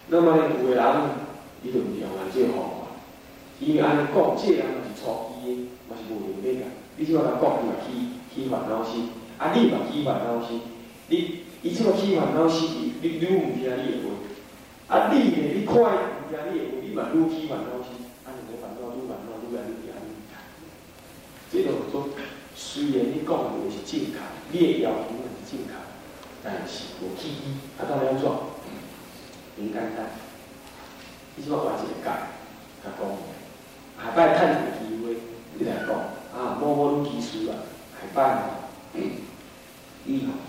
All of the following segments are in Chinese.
那么呢，有个人伊就毋用安这方法，因为安尼讲，这人嘛是初期的，嘛是无用的个。你即摆甲讲，伊嘛起烦恼心，啊，你嘛起烦恼心，伊即摆起烦恼心，你愈毋听伊的话，啊，你呢，你看伊毋听你的话，你嘛愈起烦恼心，啊，两个烦恼愈烦恼愈来愈厉害愈厉害。这就是说，虽然你讲的话是正确，你的要求嘛是正确，但是无起义，啊，到底安怎？很简单，你即摆换一个解，甲讲，下摆趁一个机会，你来讲啊，某某女技师啊，下摆吼，你吼，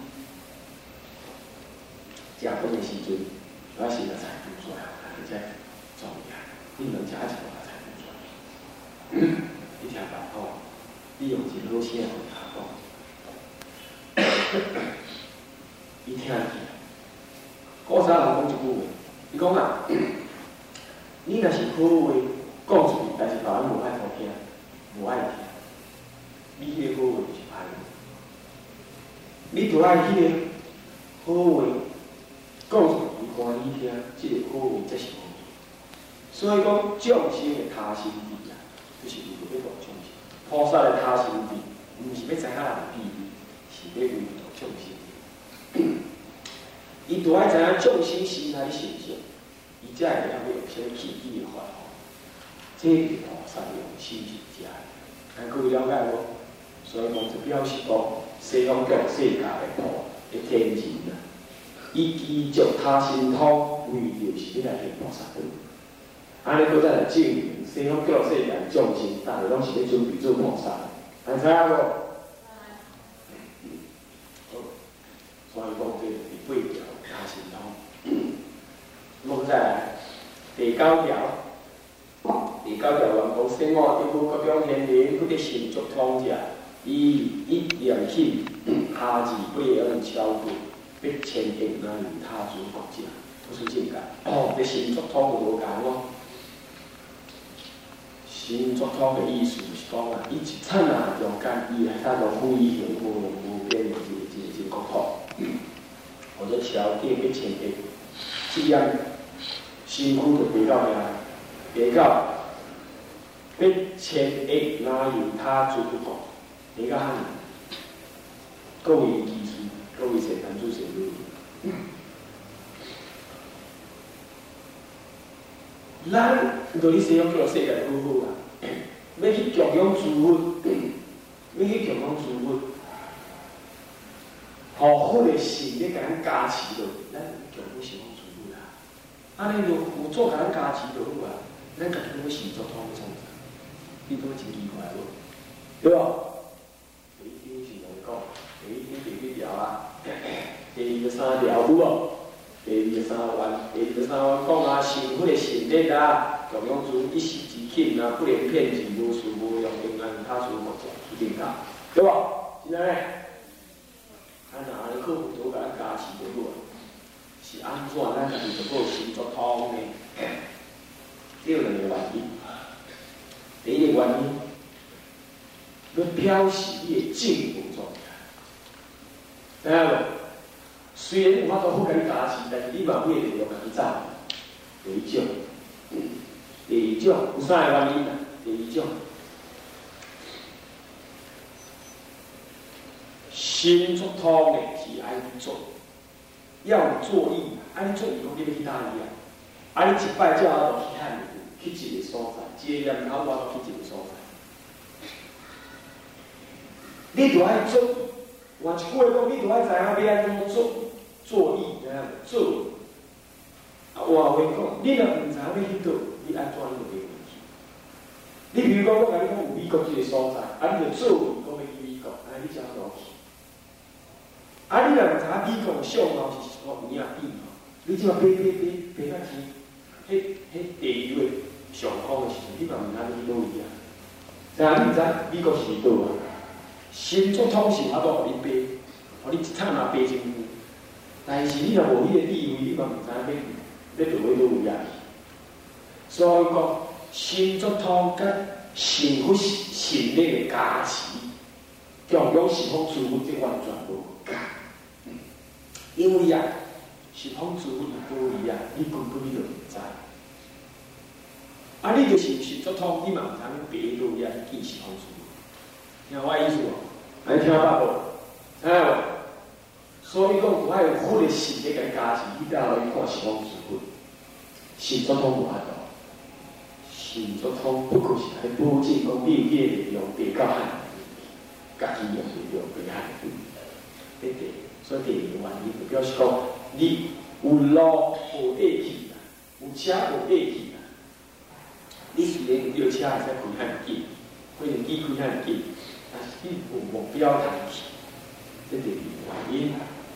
食饭的时阵，我先把菜煮出来，而且注意啊，你能食一个把菜煮出来，你听吧吼，你用一个好声来甲讲，伊听去。古早人讲一句话。伊讲啊，你若是好话讲出去，但是别人无爱好听，无爱听，你迄个好话就是歹话。你着爱迄个好话讲出去，伊欢喜听，即个好话才是好。所以讲，众生的他心地啊，就是为着要度众生。菩萨的他心地，毋是要知影人秘密，是要为着度众生。伊着爱知影众生心内现象，伊才会晓要用啥起义的法号。这是菩萨用心是遮的，各位了解无？所以讲，就表示讲，西方极乐世界的菩的天人啊，伊依照他心通，为着是要来行菩萨道。安尼，搁再来证明西方极乐世界的众生，逐个拢是要准备做菩萨的，安知影无？所以讲，这是第八条。他心通，我再来第9条。第9条原讲生活得各种天灵，不得心作通者，以一念起，下至8而超过，必千亿难与他诸国者，都是正解。这心作通有无讲咯？心作通的意思是讲啊，伊一刹那中间，伊会当到飞行无边的一个国土。或者朝见要千亿，这样辛苦就爬到遐，爬到要千亿哪有他做不到？爬到遐，各位技术，各位社团主席女，咱对你西方叫世界好好啊，要去供养诸佛，要去供养诸佛。好的心要甲咱加持落，咱就要想方诸佛啦。安尼就有做甲咱加持就好啊，咱家己要心作通创啥？你都真奇怪无？对无？第一点是来讲，第一点第几条啊？第23条有无？第23弯，第23弯讲啊，幸福的善业啊，供养诸一时之庆啊，不能骗取如是无用平安他诸佛者，是正教，对无？现在呢？咱若安尼克服都甲咱加持就好啊，是安怎咱家己就要心作通呢？这有两个原因。第一个原因，要表示你的进步状态。知影无？虽然有法度好甲你加持，但是你嘛每日要甲你走。第一种，第二种有三个原因啊。第一种。心作通的是爱去做，要有做意，爱做意讲你要去哪里啊？啊，你一摆叫我到去遐尔去一个所在，一个念头我到去一个所在，你就爱做。换一句话讲，你就爱知影要安怎做，做意知影无？做。啊，换话讲，你若毋知影要去倒，你安怎你就袂去。你比如讲，我甲你讲有美国这个所在，啊，你就做意讲要去美国，啊，你怎落去？啊！你若毋知影美国上貌是什么边啊边吼，你即马爬到天，迄地球的上空的时阵，你嘛毋知你去倒位啊？知影？你毋知美国是倒啊？心作通是法度互你爬，互你一刹那爬进去。但是你若无迄个智慧，你嘛毋知要倒位倒位啊？所以讲，心作通甲幸福善业的加持，供养是方诸佛，这完全无共。因为啊， 是方自分的保利啊，你根本你就唔知。啊，你就是神足通，你嘛唔通别路也去见是方自分。听我意思无？安尼听捌无？知影无？所以讲，有爱有佛的神咧，甲你加持，你才可以看是方自分。神足通无法度，神足通不过是来保证讲你嘅力量别到汉，家己用力量别汉。对对，所以第二个原因就表示讲，你有路无义气啦，有车无义气啦。你虽然有轿车会使开遐紧，可能机开遐紧，但是你有目标通去，这第二个原因。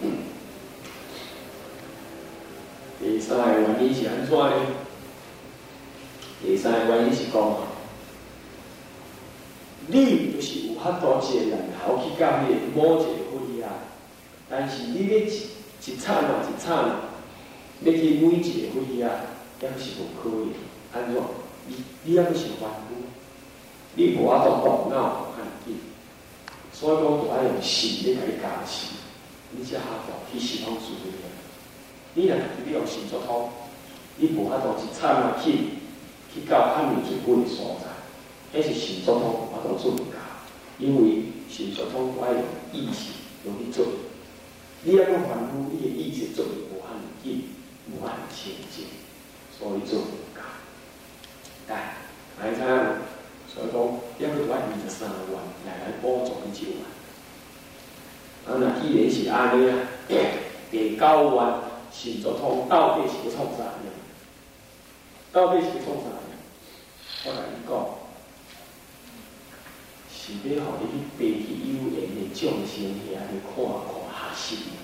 第三个原因是安怎呢？第三个原因是讲，你就是有遐多一个人头去甲迄个某一个婚姻，但是你要一刹那一刹那，要去每一个婚姻，也是无可能。安怎？你还阁是烦恼，你无法度动脑看紧，所以讲就爱用神咧甲你加持，你才下度去释放自己。你若你用神足通，你无法度一刹那去到暗面去本的所在，迄是神足通无法度做唔到，因为神足通爱用意识用去做，你还阁烦恼，你的意识做无遐紧，无遐清净，所以做唔到。来，知影无？所以讲，抑佫爱23万来补助你9万。啊，若既然是安尼啊，第9万神足通到底是要创啥样？到底是要创啥样？我甲你讲，是要互你去背起有缘的众生遐去看看学习，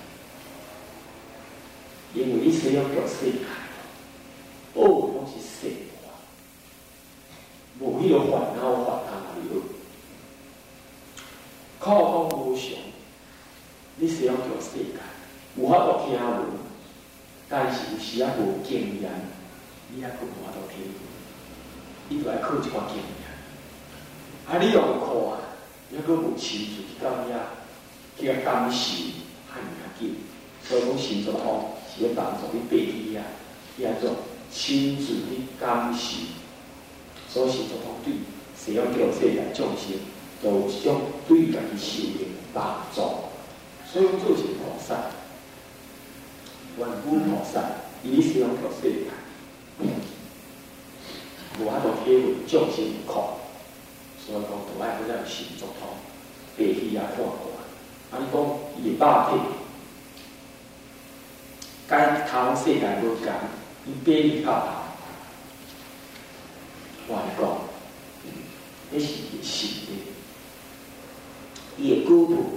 因为你生要叫世界，拢是世。无迄个烦恼烦恼了，靠讲无常，你是要叫世界，有法度听闻，但是有时啊无经验，你还佫无法度听闻，你就爱靠一寡经验。啊，你用看，还佫无亲自去到遐，去甲感受，还尔紧。所以讲神足通是要帮助你爬起啊，去安怎亲自去感受。所以神足通对谁要叫世界众生，都有一种对家己修行帮助。所以讲做一个菩萨，原本菩萨，伊是要叫世界，无法度体会众生的苦，所以讲都爱好咱神足通，爬起啊看看。啊，你讲伊的肉体，甲头世界无共，伊爬去到头。我来讲，迄是伊神的，伊的骨头，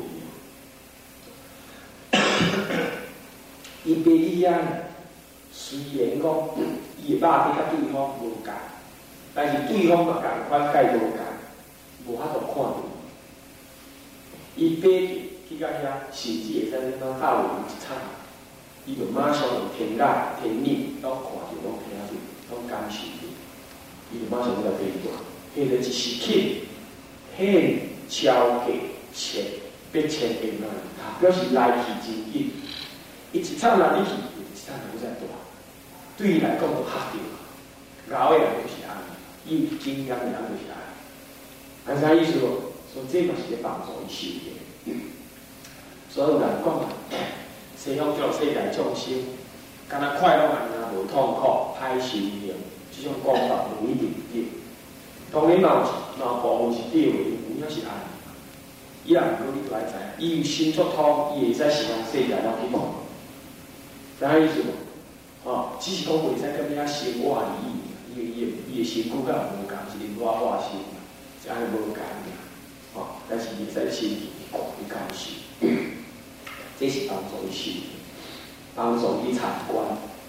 伊爬起啊，虽然讲伊的肉体甲对方无共，但是对方嘛共款，甲伊无共，无法度看到伊爬去到遐，甚至会使咧当斗伊一场，伊就马上用天眼、天眼，拢看着，拢听着，拢感受着。伊就马上就来飞过，迄个一时刻，很超过1000万，表示来去真紧。伊一刹那你去，一刹那再大，对伊来讲就吓着。熬的人就是安尼，伊经验的人就是安尼。安啥意思无？所以这嘛是咧帮助伊修行。所以有人讲啊，西方叫世界众生，敢若快乐安尼，无痛苦，歹修行。这种讲法无一定对，当然嘛部分是对的，有影是安尼。伊若毋过你就爱知影，伊有神足通，伊会使形容世界拢去看，知影意思无？只是讲袂使甲你遐生活而已，伊的身躯甲无共，是另外化身，是安尼无共尔。但是会使身体去看去感受，这是帮助伊修行，帮助伊参观。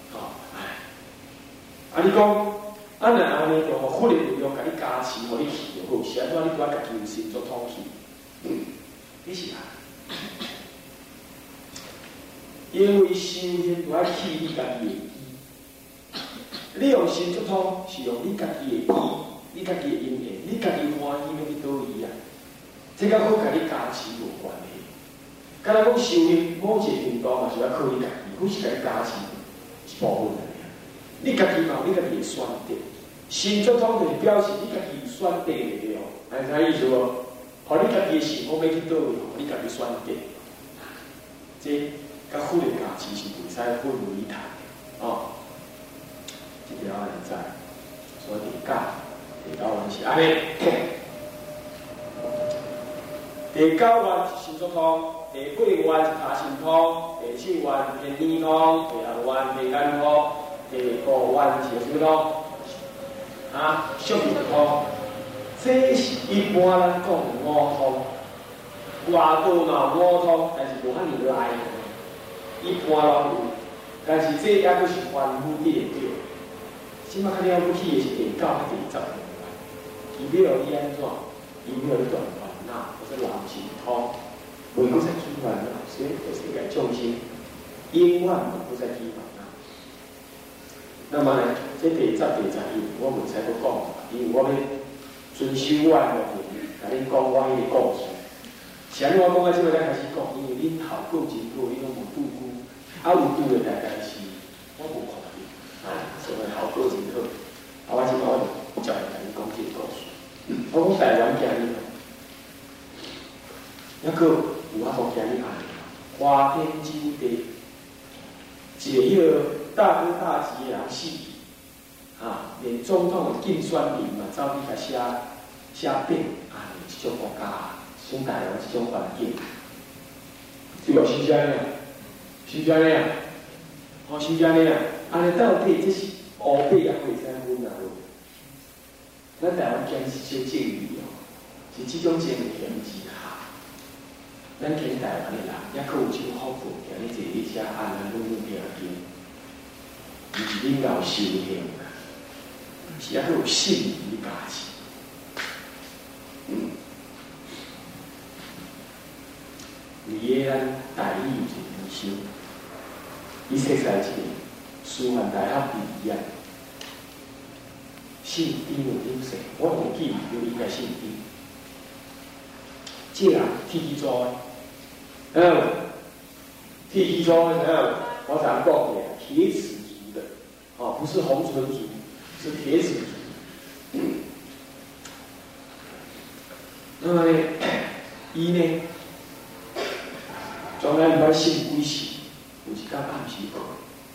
啊！你讲，若安尼用佛的力量甲你加持，互你去就好，是安怎？你拄仔家己有神足通去，你是啊？因为修行就爱去你家己的意，你用神足通是用你家己的意，你家己的因缘，你家己欢喜要去倒位啊？这甲好甲你加持无关系。敢若讲修行某一个程度嘛，是要靠你家己。 不是甲你加钱一部分的。你家己嘛，你家己的选择，新竹通就是表示你家己有选择的对哦，知影意思无？互你家己的幸福要去倒位，互你家己选择。这甲富的价值是袂使混为一谈的哦。这条安尼知，所以第9弯是安尼。第9弯是新竹通，第8弯是嘉信通，第7弯是天天通，第6弯是干通，第5弯是什么通？宿命通。这是一般咱讲的五通，外道嘛五通，但是无遐尼来。一般拢有，但是这也阁是凡夫底的对。即摆较了不起的是第9、第10弯，伊要你安怎？伊要你断烦恼，或者人是通，袂阁再起烦恼，所以世界众生永远袂阁再起烦恼。那么呢，这第10、第11我袂使阁讲，因为我要遵守我的路径，甲恁讲我迄个故事。是安尼，我讲到即个才开始讲，因为恁头过真久，你拢无拄过，有拄的大概是我无看到，所以头过真好。我即摆我就才会甲恁讲这个故事。我讲台湾今日，抑个有法度今日安尼，花天酒地，一个迄个大哥大姐的人死。连总统的竞选人嘛，走去甲写表，即种国家，像台湾即种环境，对哦，是安尼啊，是安尼啊，是安尼啊，安尼到底这是乌白也袂使分啊？咱台湾坚是小正义哦，是即种正义之下，咱肯台湾的人，抑佫有即种福分，今日坐伫遮安安稳稳平平，毋是恁老修行。是抑佫有信义价值，为个咱台语有一个医生，伊说出来一个师范大学毕业，姓丁有点说，我忘记就应该姓丁。这人铁器做的，铁器做的，我常讲的铁齿族的，不是红唇族。是铁齿族，那么呢，伊呢，从来毋捌信几时，有一天暗时讲，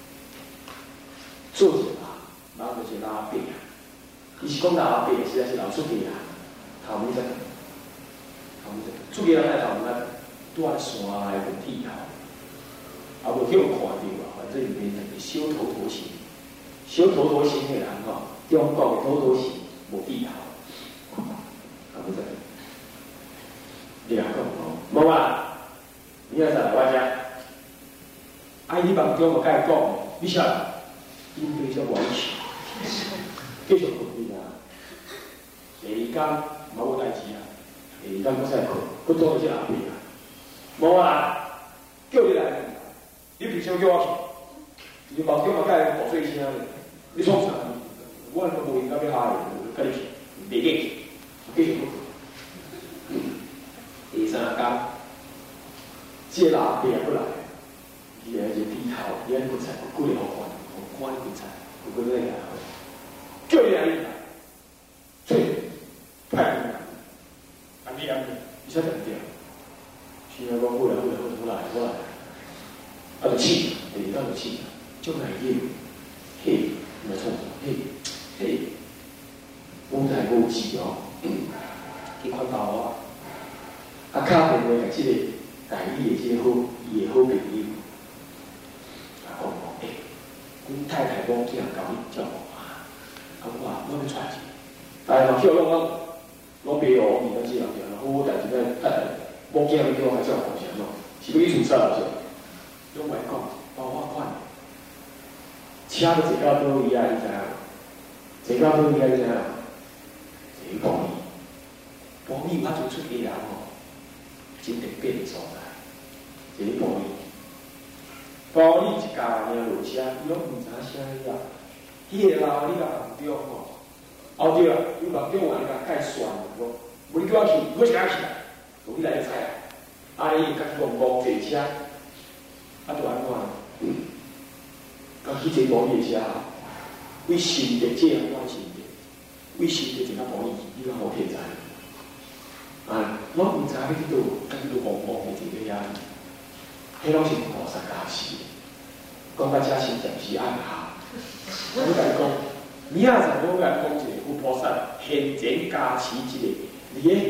做一个人就是老伯啊，伊是讲老伯，实在是老出家啊，头尾在，出家人在头尾拄啊山来个剃头，啊无叫看到啊，反正里面一个小头陀形。小头陀形的人中国的头陀形无剃头，不知你讲无啊？你要来我遮，你梦中我甲伊讲，你晓得？因非常顽强，继续困你啊！第二天无代志啊，第二天搁再困，搁多一只后边啊，无啊？叫你来，你平常叫我去，你梦中我甲伊讲水声。你创啥？我都无应该要下的，跟你去，袂记去，继续去。第3天，这老伯不来，伊来就低头，伊来棺材，过来好看棺材，过来来，叫你来，派你来，你你才怎么掉？现在我过来，就气，第2天就气，就来耶，嘿。没错，嘿，舞台无止哦，去看到我，打电话给这个台语的这个伊的好朋友，讲阮太太某囝交你照顾啊，我要带一个，但是嘛叫拢袂学你，咱这样子，好代志咱某囝要叫我照顾是安怎？是要去厝啥子？拢袂讲，包我款。车都坐到倒位啊，你知影？坐到倒位啊，你知影？坐保利，保利我做出家人真特别的所在。坐保利，保利一家人落车，伊拢毋知啥物啊。迄个老你甲梦中对啊，你梦中话你甲介算无？无你叫我去，我是哪去啊？从你来就知啊。伊家己戆坐车，就安怎？ 甲去坐保利的车，为心的这样关心的，为心的就较保利，你较好骗财。啊，我唔知迄度，迄度黄黄的一个压力，迄拢是菩萨加持。讲到这心暂时按下，我甲你讲，明仔载我甲你讲一个有菩萨现前加持一个，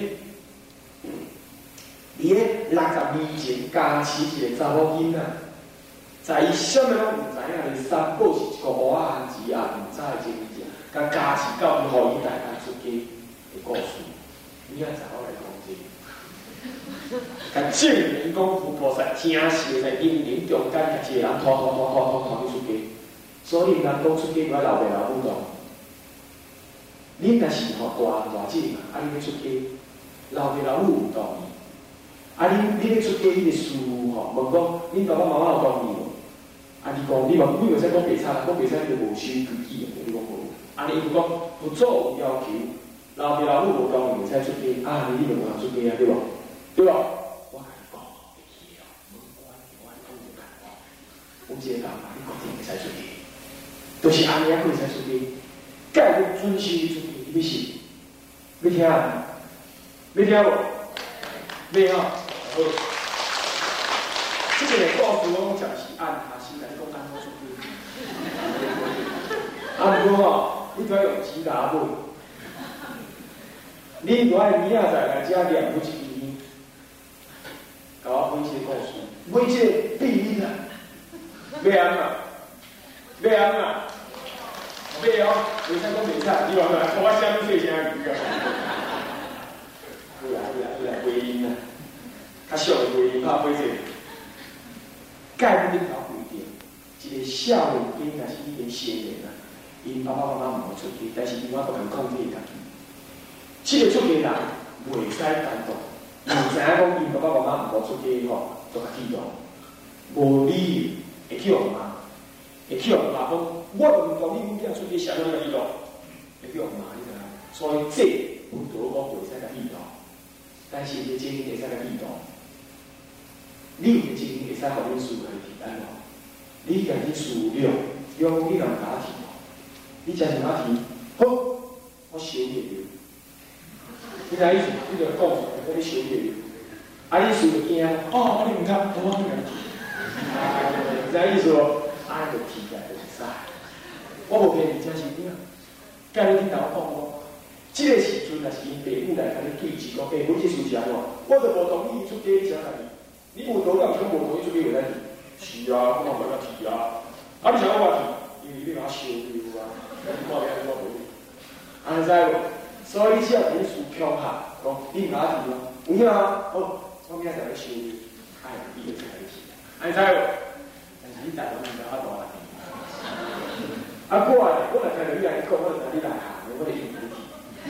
伫个62前加持一个查某囡仔。在伊什么拢唔知影，连三宝是一个乌仔汉字也唔知的情形，甲加持到伊互伊大家出家的故事，明仔载我来讲这个，甲证明讲佛菩萨真实在因缘中间，甲一个人拖去出家，所以人讲出家不要留爸留母咯。恁若是大姐嘛，啊恁要出家，留爸留母唔同意，啊恁要出家迄个事吼，问讲恁爸爸妈妈有同意无？啊！你讲，你袂使讲白差，讲白差就无守规矩啊！你讲无？啊！你伊讲佛祖有要求，留爸留母无当然袂使出家，啊！你就无通出家啊，对无？对无？我甲你讲，会去哦，我讲就干哦。有一个人啊，你决定袂使出家，就是安尼啊，佫会使出家，介要遵守出家，你要信？要听啊？要听无？要啊！好。这个故事我讲是按下心来讲按好出去。啊，不过吼，你都要用钱拿买，你如爱明仔载来遮念不一篇，甲我分析故事，每一个秘密啊，要安嘛？要安嘛？要哦，袂使讲袂使，你话来，我声细声语啊。来，回音啊，较俗的回音，拍回者。概念条规定，一个少年囡若是已经成年啦，因爸爸妈妈唔好出家，但是因我不能控制家己。这个出家人袂使单独，唔知影讲因爸爸妈妈唔好出家吼，就甲剃头，无理由会去互骂，会去互骂讲，我都唔同你囝出家，啥物甲剃头，会去互骂，你知影？所以这不得讲袂使甲剃头，但是你今天会使甲剃头。你有钱会使互恁厝来提安咯？你家己思量，用你人家提哦，你真是哪提？好，我收业了。你哪意思？你就讲出来，我你收业了。啊，你厝就惊哦，你唔通，我去人提。你哪意思哦？啊，就提起来就会使。我无骗你，真是点啊？甲你领导讲我，这个时阵若是因父母来甲你对峙讲，每这事是安怎？我就无同意出家，你想家己。你无道理，想无同意出去袂使提，是啊，我嘛袂甲提啊。啊，你想我提，因为你甲我烧掉啊，你看下我无你，安尼知无？所以你只要点数强下，讲你唔甲我提咯，有影啊？好，我明仔载要烧你，哎，你就才提，安尼知无？但是你台湾唔甲我大提。啊，我来听到你安尼讲，我就知你来行，我就应付你。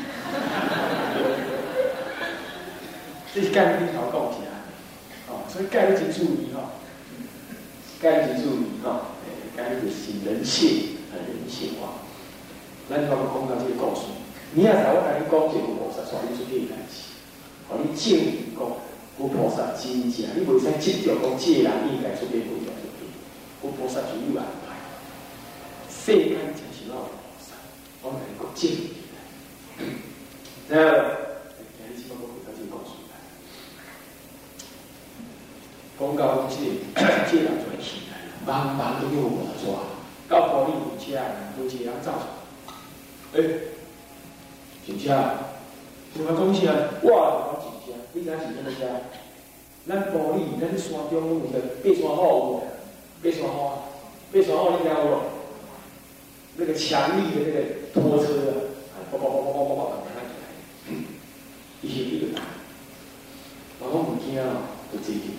这是干你头讲起来。所以概率真注意哈，概率真注意哈，概率就是人性，人性化。咱就讲到这个故事，明仔载我甲你讲一个菩萨带你出去的代志，互你证明讲，有菩萨真正，你袂使执着讲这个人应该出家，不应该出家，有菩萨就有安排。世间真是哪有菩萨，我甲你讲证明起来。然后，今日只不过到这个故事。讲到这人传起来，茫茫都有我抓，到玻璃有车人，有一个人走出来，真正，就讲讲啥，我就讲真正，你知影是怎个车？咱玻璃，咱山中有一个爬山虎有无？爬山虎，爬山虎你听有无？那个强力的那个拖车啊，叭，拿起来，伊是一个打，我讲唔惊哦，就坐去。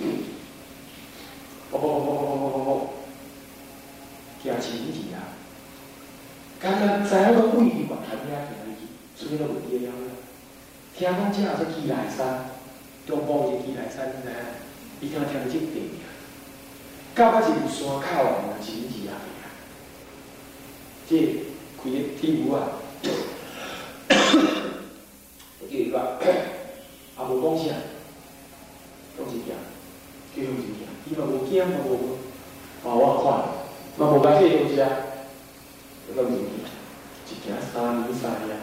行前去啊！刚刚知影讲贵鱼嘛，还听行去，所以都袂记了。听讲这也是基来山，中部是基来山，你知影？伊听这个地名，到到一个山口啊，前去啊！这开个天牛啊，就叫伊讲，也无讲啥，讲一件。叫伊嘛无惊，无，我快，嘛无甲迄这东西啊，那个物件，一行3年3夜，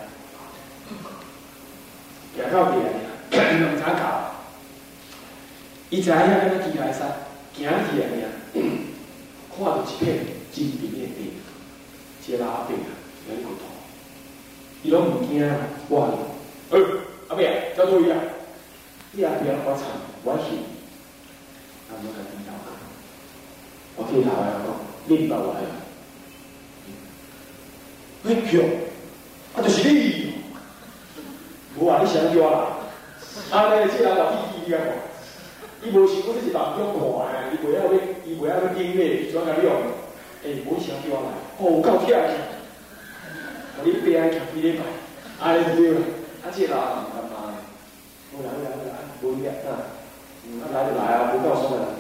行到地啊，伊嘛毋知搞。伊知影敢若机来山，行去啊尔，看到一片真平的地，一个老伯啊，在咧骨头，伊拢毋惊啊，我阿伯啊，交作业啊，你后壁我惨，我去，啊，我甲你头讲，我去头来讲，你毋捌我来，哟，啊，就是你，无啊，你想叫我来，啊，咧，这人话屁屁啊！伊无想讲这是人中看诶，伊袂晓要经历，怎甲你用？无想叫我来，有够忝去，互你拼徛几礼拜，安尼就对啦。啊，这人唔干嘛诶？好来，无力啊，来就来啊，无够爽诶人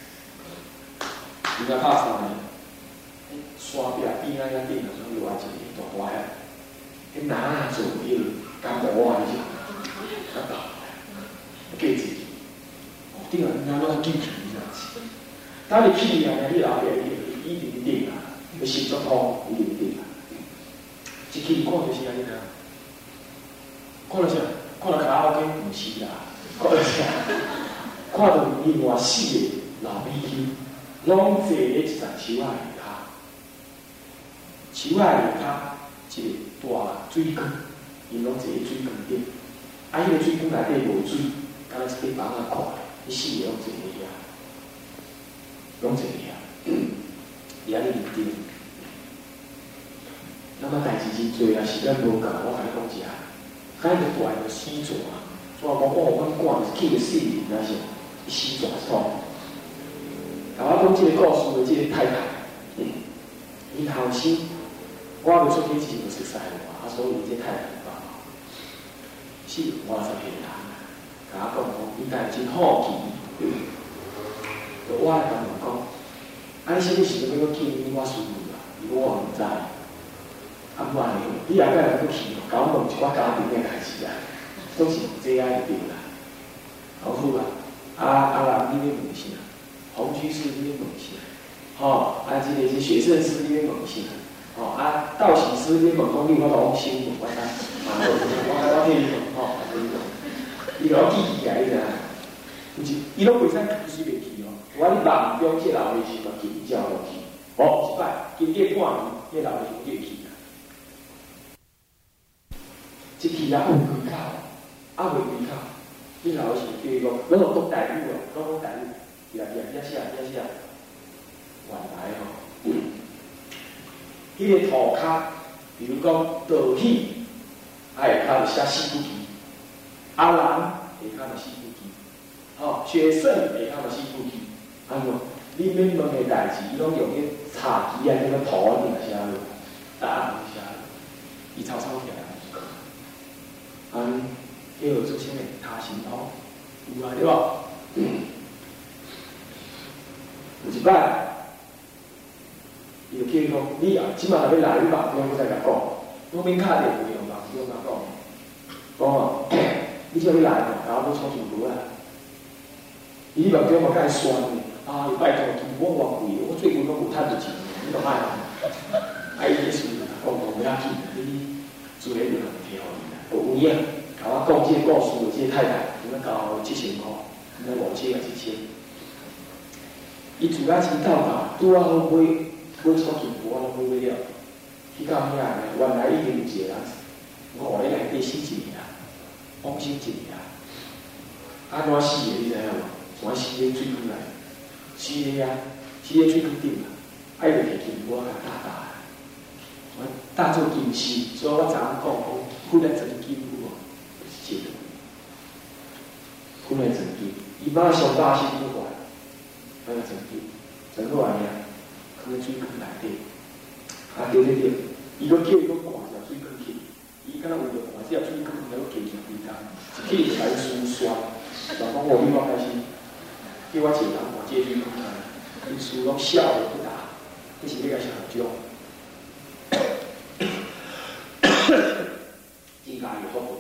大。人家拍山诶，山壁边仔顶啊，像落来一个大花啊，迄哪做迄干毛啊，是啊，计子。顶啊，人拢进去，你知影？当你去啊，你老爸伊一定顶啊，要心足痛，一定顶啊。一去看就是安尼啊，看到啥？看到卡拉 OK 毋是啦，看到啥？看到另外4个老美女，拢坐咧一丛树仔下骹，树仔下骹一个大水缸，伊拢坐咧水缸顶，啊，迄个水缸内底无水，敢若一块房仔看。伊4个拢坐咧遐，拢坐咧遐，伊安尼认真。那么代志真多啊，时间无够，我甲你讲一下。敢就大个死蛇啊，怎讲阮赶是去个4年那是死蛇痛。甲我讲即个故事的即个太太，伊后生，我未出去之前就熟悉我，所以伊即太太吧，是50岁人。甲我讲伊家真好奇，我来甲问讲，啊，你啥物时阵要去我师傅啊？如果我毋知，啊，唔安尼，你后摆要去，甲我问一寡家庭的代志啊，总是这样就对啦。好好啦，阿人你咧问啥？洪居士你咧问啥？吼，这个是学圣师你咧问啥？吼，道喜师你咧问讲你有法度往心问我看，我替你问吼。伊老记起来，你知影？毋是，伊拢袂使随便去哦。我你梦中这老的时嘛，去照落去。一摆经过半年，这老的就过去啦。一去啊，未开口，未开口。你老的时叫伊讲，咱讲台语哦，讲台语，写写，原来哦，迄个涂骹，比如讲道喜，下骹就写四句字。阿人下骹嘛四句字，吼，学圣下骹嘛四句字，安怎？你免问个代志，伊拢用迄茶几啊，迄个涂啊，定来写落，答案写落，伊抄起来。叫做啥物？他心通，有啊对无？有一摆，伊就叫伊讲，你啊，即摆若要来，你梦中我再甲讲，我免敲电话用梦中甲讲，讲哦。你叫你来嘛，然后要冲进去啊！伊梦中嘛甲伊酸的，伊拜托，我偌贵，我最近拢无趁着钱，你著卖啦。伊意思讲无要紧，你做咧就通听互伊啦。有影，甲我讲即个故事的即个太太，怎么交7000块，怎么5000啊7000？伊自家钱斗嘛，拄啊好买冲进去，我拢买了。去到遐呢，原来已经有一个人，我咧内底死一个啊。放心一个啊！安怎死的？你知影无？全死咧水缸内，死咧啊！死咧水缸顶啊！爱着摕金箍仔打，我打做金丝，所以我昨昏讲，混来成金有无？是这个，混来成金，伊马上大心不管，那个成金，成好安尼啊，放在水缸内底，对，伊个叫伊个看着水缸去。伊敢若为着看这水缸，然后加上几工，一气来输酸。人讲我比我开心，叫我一人看这水缸啊，因输拢笑而不答，这是要甲啥种？真家有福报。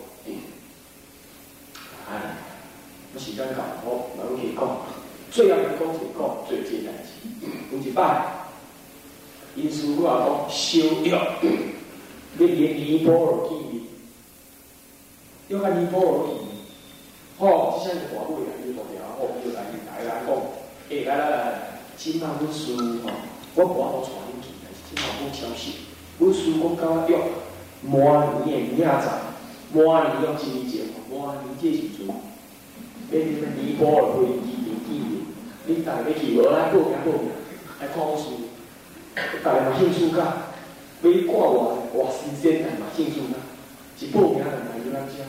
我时间到，我可以讲，最后讲一个讲最这代志。有一摆，因话讲烧药，你尼泊尔去，要甲尼泊尔去，吼，即项是大尾啊，你大条，吼，就来讲，来，今晚阮师吼，我跋到带恁去，但是今晚阮消息，阮师讲到约明年的20明年用1年前，明年这时阵，要尼泊尔飞机飞机，你逐个要去，无咱报名，来看我师，逐个嘛兴趣甲，要你挂偌新鲜，嘛兴趣甲，一报名就来咱遮。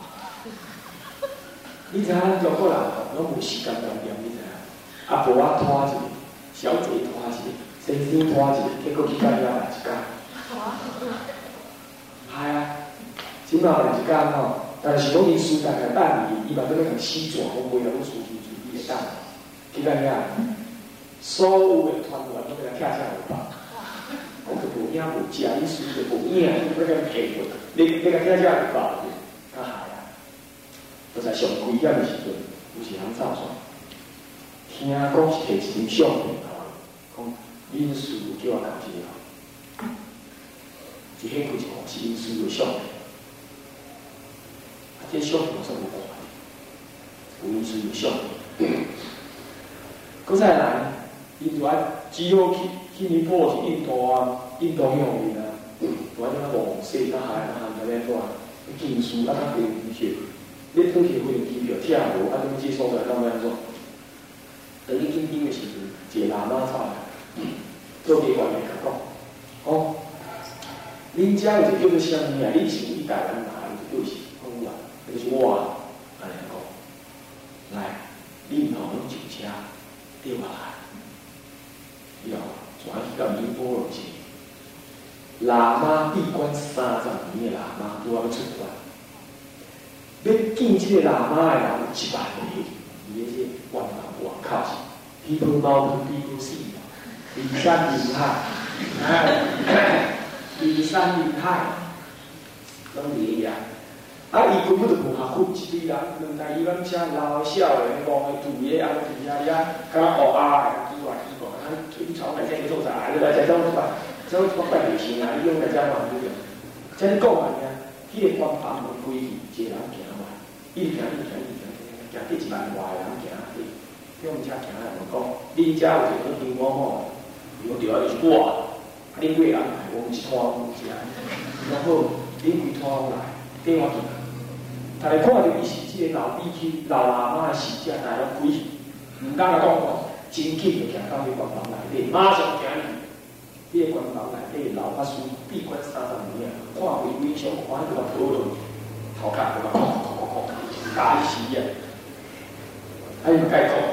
你知影咱中国人拢无时间观念，你知影？啊，无我拖一个，小姐拖一个，先生拖一个，结果去甲遐来一工。系啊，即马来一工吼，但是讲伊书大概等伊嘛在那个西转，我袂晓书记伊会等，去甲遐，所有的团员拢给他跳下来吧。我可无影无食，伊书就无影，你要甲骗我，你甲跳下来吧，较害啊！就在上危险的时阵，有时通走煞。听讲是摕一张相片吼，讲恁师傅叫我搞这个，一掀开一看是恁师傅的相片，啊，这相片我算无看，有恁师傅的相片。搁再来，因就爱只好去尼泊尔是印度啊，印度向面啊，就安怎往西甲海啊，含在咧多啊，经书啊，较便宜些。你倒去飞机票听无，啊，你这所在当要安怎？等你紧张的时阵，一个喇嘛出来，做给外面甲讲，哦，恁遮有一个叫做啥物啊？你是去台湾哪有一个是讲话，就是我安尼讲，来，你唔好用上车，对我来，以后转去到尼泊尔去，喇嘛闭关30年的喇嘛都要出关。要见这个喇嘛的人有100个，伊个这外口是 people mountain people sea， 移山林海，移山林海，拢伫遐。啊，伊根本就无学训，一堆人2台伊拢车老小的、5个住的，啊，伫遐敢若学啊的，几外几个，啊，你从来这个做啥？你来这种办，这种办卫生啊，你用来这办不了。这你讲嘛呀？迄个官房门开去，一个人行嘛，一直行，行去1万外的人行去，用车行来问讲，恁遮有一个宾馆吼，有对啊，就是我，恁几个人来，我们一拖我食，然后恁规拖来，跟我去，大家看到伊是即个老比丘、老喇嘛的死者，大家拢规去，唔敢来讲话，真紧就行到迄官房内底，马上行去。迄个官房内底老法师闭关30年啊，看规规上，看迄个讨论，头壳就讲，假死啊！还唔该讲，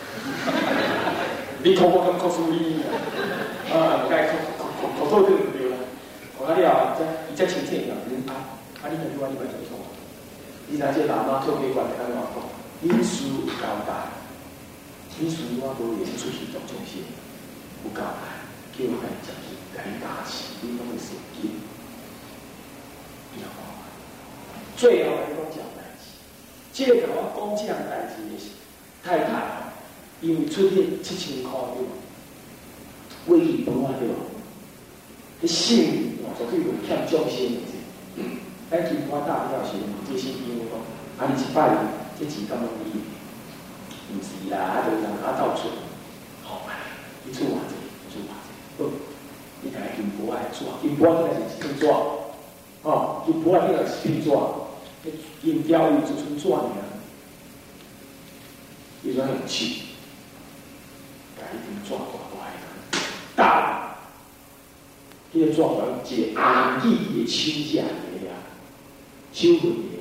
你看我咁告诉你啊，唔该讲对唔对啦？讲啊了，伊才清醒啦，你你讲我你咪做错。你知这喇嘛做几关在安怎讲？恁师有交代，恁师我无演出去做中心，有交代。叫我甲伊食去，甲伊打气，你拢会神经。你知道吗？最后来讲这样代志，这个甲我讲这样代志的太太，因为出现7000块对吧？为伊不安对吧？迄性命就去有欠众生的者，咱金花大了时，这些因为讲，啊你一摆这钱敢拢你？毋是啦，就是人到处，好嘛，你做偌济，做偌济。你睇金箔爱做，金箔应该是金纸，哦，金箔应该是金纸，银雕伊做成纸尔，伊种用气，甲伊金纸大，迄个纸条一个红记的手架个呀，手纹